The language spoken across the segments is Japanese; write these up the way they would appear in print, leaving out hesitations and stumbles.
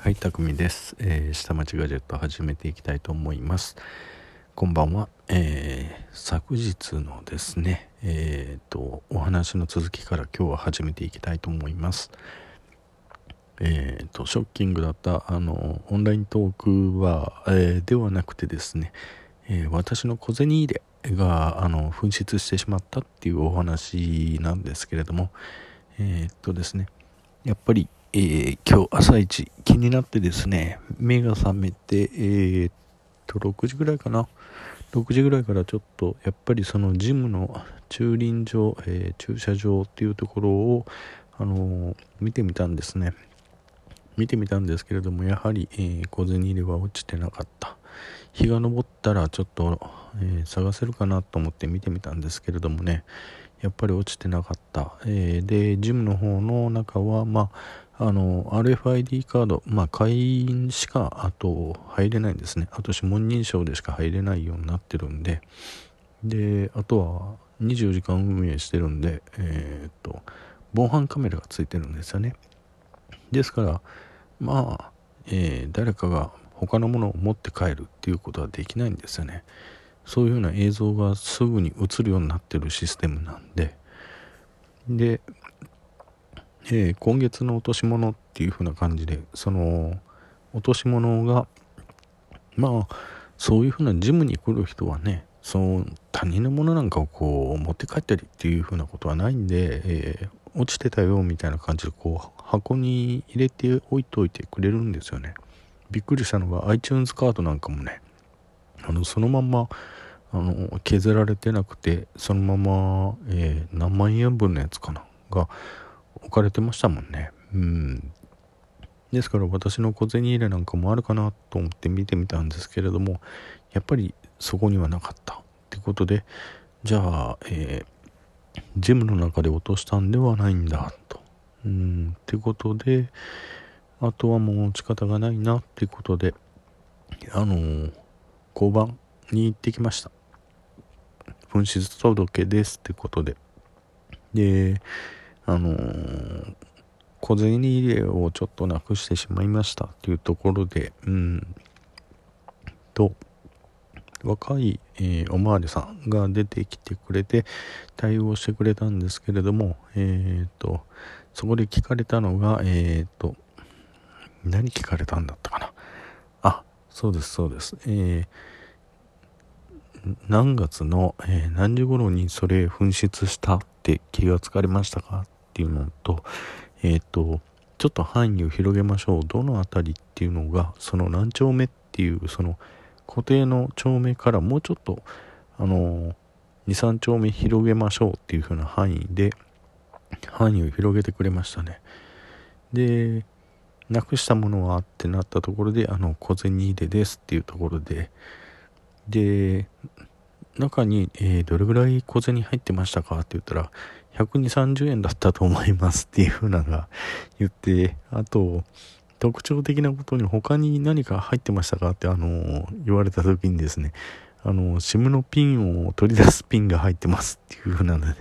はい、たくみです。下町ガジェット始めていきたいと思います。こんばんは。昨日のですね、お話の続きから今日は始めていきたいと思います。ショッキングだったオンライントークは、ではなくてですね、私の小銭入れが紛失してしまったっていうお話なんですけれども、ですね、やっぱり今日朝一気になってですね、目が覚めて、6時ぐらいかな。6時ぐらいからちょっと、やっぱりそのジムの駐輪場、駐車場っていうところを、見てみたんですね。見てみたんですけれども、やはり、小銭入れは落ちてなかった。日が昇ったらちょっと、探せるかなと思って見てみたんですけれどもね、やっぱり落ちてなかった。で、ジムの方の中は、RFID カード、会員しかあと入れないんですね。あと指紋認証でしか入れないようになってるんで、で、あとは24時間運営してるんで、防犯カメラがついてるんですよね。ですから、誰かが他のものを持って帰るっていうことはできないんですよね。そういうような映像がすぐに映るようになってるシステムなんで、今月の落とし物っていう風な感じで、その落とし物がそういう風なジムに来る人はね、そう他人のものなんかをこう持って帰ったりっていう風なことはないんで、落ちてたよみたいな感じでこう箱に入れて置いといてくれるんですよね。びっくりしたのが iTunes カードなんかもね、そのまんま削られてなくて、そのまま、何万円分のやつかなが置かれてましたもんね。ですから私の小銭入れなんかもあるかなと思って見てみたんですけれども、やっぱりそこにはなかったってことで、じゃあ、ジムの中で落としたんではないんだと。ってことで、あとはもう仕方がないなってことで、交番に行ってきました。紛失届ですってことで。で、小銭入れをちょっとなくしてしまいましたっていうところで、若い、おまわりさんが出てきてくれて対応してくれたんですけれども、そこで聞かれたのが、何聞かれたんだったかな。そうです。何月の、何時頃にそれ紛失したって気がつかれましたかっていうのと、ちょっと範囲を広げましょう。どのあたりっていうのが、その何丁目っていう、その固定の丁目からもうちょっと、2、3丁目広げましょうっていう風な範囲で、範囲を広げてくれましたね。で、なくしたものはってなったところで、小銭入れですっていうところで、中に、どれぐらい小銭入ってましたかって言ったら、120、30円だったと思いますっていう風なのが言って、あと、特徴的なことに他に何か入ってましたかって言われた時にですね、SIM のピンを取り出すピンが入ってますっていう風なので、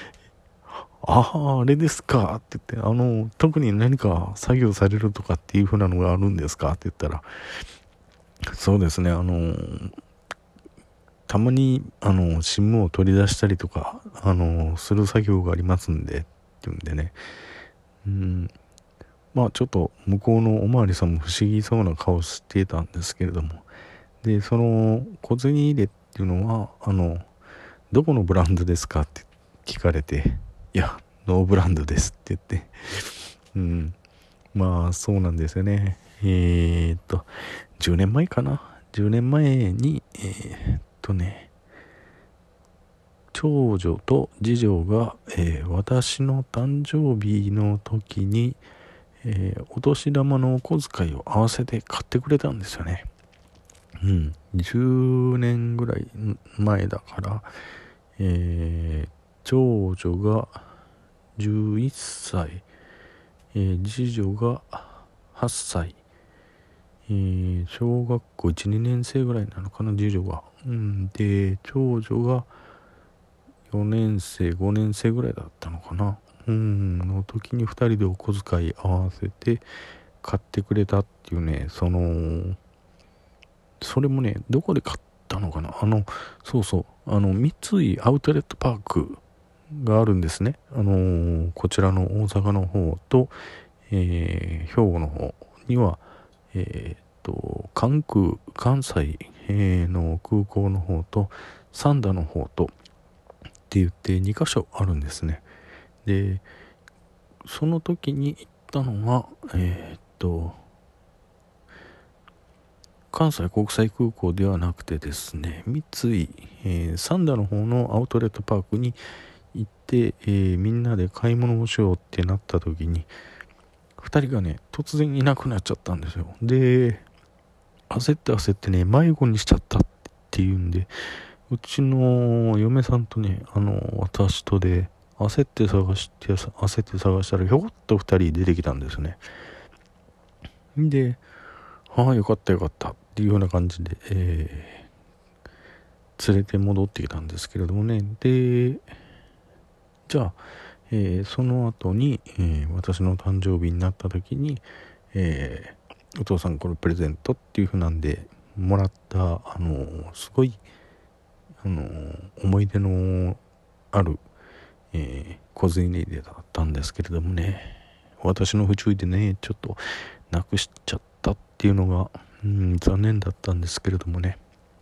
あれですかって言って、特に何か作業されるとかっていう風なのがあるんですかって言ったら、そうですね、たまにSIM を取り出したりとかする作業がありますんでっていうんでね、ちょっと向こうのおまわりさんも不思議そうな顔してたんですけれども、でその小銭入れっていうのはどこのブランドですかって聞かれて、いやノーブランドですって言ってそうなんですよね。10年前かな、10年前に長女と次女が、私の誕生日の時に、お年玉のお小遣いを合わせて買ってくれたんですよね。10年ぐらい前だから、長女が11歳、次女が8歳、小学校1、2年生ぐらいなのかな、次女が。で、長女が4年生、5年生ぐらいだったのかな。の時に2人でお小遣い合わせて買ってくれたっていうね、それもね、どこで買ったのかな、そうそう、三井アウトレットパークがあるんですね。こちらの大阪の方と、兵庫の方には、関西、の空港の方と三田の方とって言って2カ所あるんですね。で、その時に行ったのは、関西国際空港ではなくてですね、三井、三田の方のアウトレットパークに行って、みんなで買い物をしようってなった時に、2人がね、突然いなくなっちゃったんですよ。で、焦ってね、迷子にしちゃったっていうんで、うちの嫁さんとね、私とで焦って探したら、ひょこっと2人出てきたんですね。で、よかったっていうような感じで、連れて戻ってきたんですけれどもね。で、じゃあ、その後に、私の誕生日になった時に、お父さんこれプレゼントっていう風なんでもらった、すごい、思い出のある、小銭入れだったんですけれどもね、私の不注意でね、ちょっとなくしちゃったっていうのが、残念だったんですけれどもね。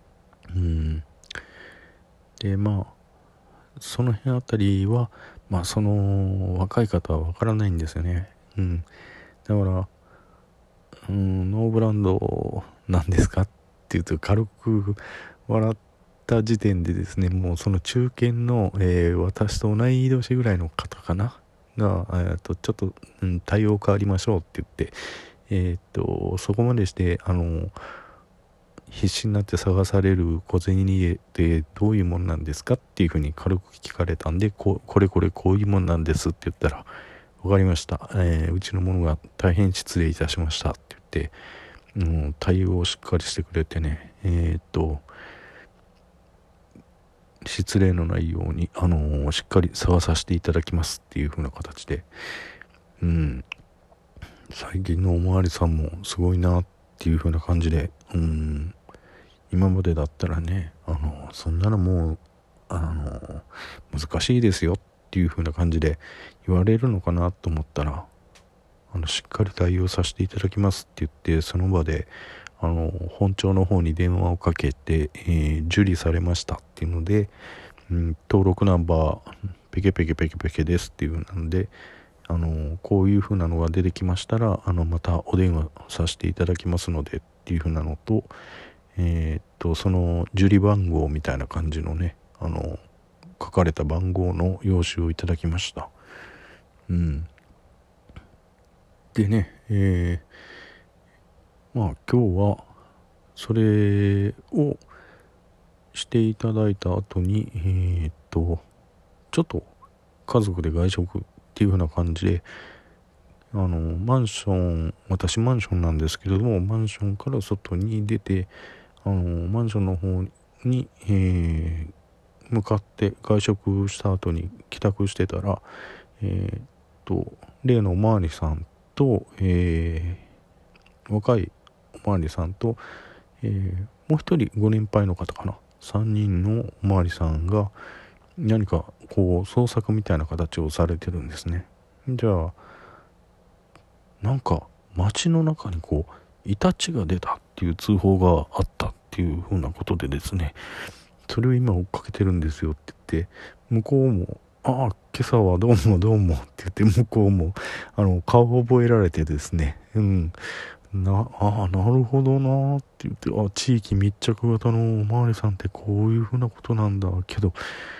で、その辺あたりは、その若い方はわからないんですよね。だから、ノーブランドなんですかって言うと軽く笑った時点でですね、もうその中堅の、私と同い年ぐらいの方かなが、ちょっと、対応変わりましょうって言って、そこまでして、必死になって探される小銭入れってどういうもんなんですかっていうふうに軽く聞かれたんで、これこういうもんなんですって言ったら、わかりました、うちの者が大変失礼いたしましたって言って、対応をしっかりしてくれてね、失礼のないように、しっかり探させていただきますっていう風な形で、最近のおまわりさんもすごいなっていう風な感じで、今までだったらね、そんなのもう、難しいですよっていう風な感じで言われるのかなと思ったら、しっかり対応させていただきますって言って、その場で本庁の方に電話をかけて、受理されましたっていうので、登録ナンバーペケですっていうので、こういう風なのが出てきましたらまたお電話させていただきますのでっていう風なのと、その受理番号みたいな感じのね、書かれた番号の用紙をいただきました。でね、今日はそれをしていただいた後に、ちょっと家族で外食っていう風な感じで、私マンションなんですけれども、マンションから外に出て、マンションの方に、向かって外食した後に帰宅してたら、例のおまわりさんと、若いおまわりさんと、もう一人ご年配の方かな、3人のおまわりさんが何かこう捜索みたいな形をされてるんですね。じゃあなんか街の中にこうイタチが出たっていう通報があったっていうふうなことでですね、それを今追っかけてるんですよって言って、向こうも今朝はどうもって言って、向こうも顔を覚えられてですね、なるほどなって言って、地域密着型のおまわりさんってこういうふうなことなんだけど、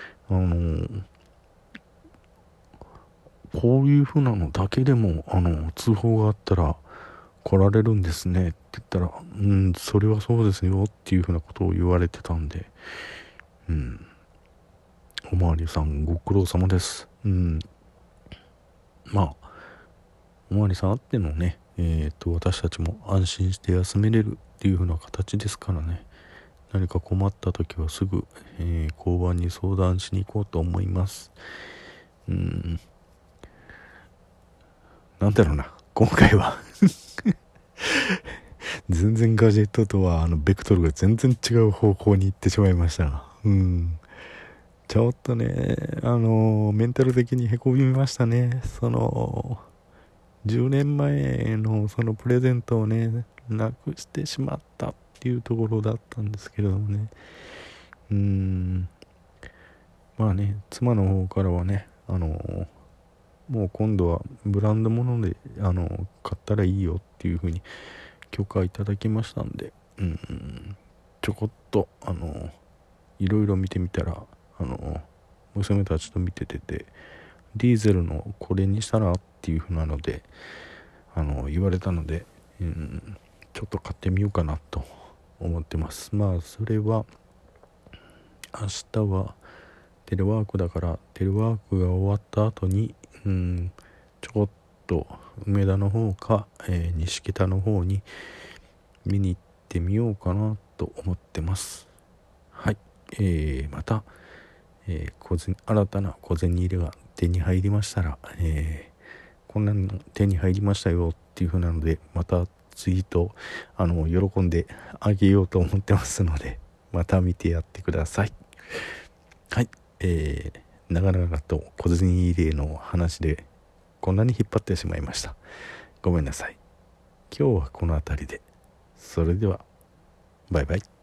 こういうふうなのだけでも通報があったら来られるんですねって言ったら、それはそうですよっていうふうなことを言われてたんで、おまわりさんご苦労様です。おまわりさんあってのね、私たちも安心して休めれるっていう風な形ですからね、何か困った時はすぐ、交番に相談しに行こうと思います。なんだろうな、今回は全然ガジェットとはベクトルが全然違う方向に行ってしまいました。ちょっとね、メンタル的にへこみましたね。10年前のそのプレゼントをね、なくしてしまったっていうところだったんですけれどもね。まあね、妻の方からはね、もう今度はブランド物で、買ったらいいよっていう風に許可いただきましたんで、ちょこっと、いろいろ見てみたら、娘たちと見てて、ディーゼルのこれにしたらっていう風なので、言われたので、ちょっと買ってみようかなと思ってます。まあそれは明日はテレワークだから、テレワークが終わった後にちょこっと梅田の方か、西北の方に見に行ってみようかなと思ってます。はい、また、新たな小銭入れが手に入りましたら、こんなの手に入りましたよっていう風なので、またツイート喜んであげようと思ってますので、また見てやってください。はい、長々と小銭入れの話でこんなに引っ張ってしまいました。ごめんなさい。今日はこの辺りで。それではバイバイ。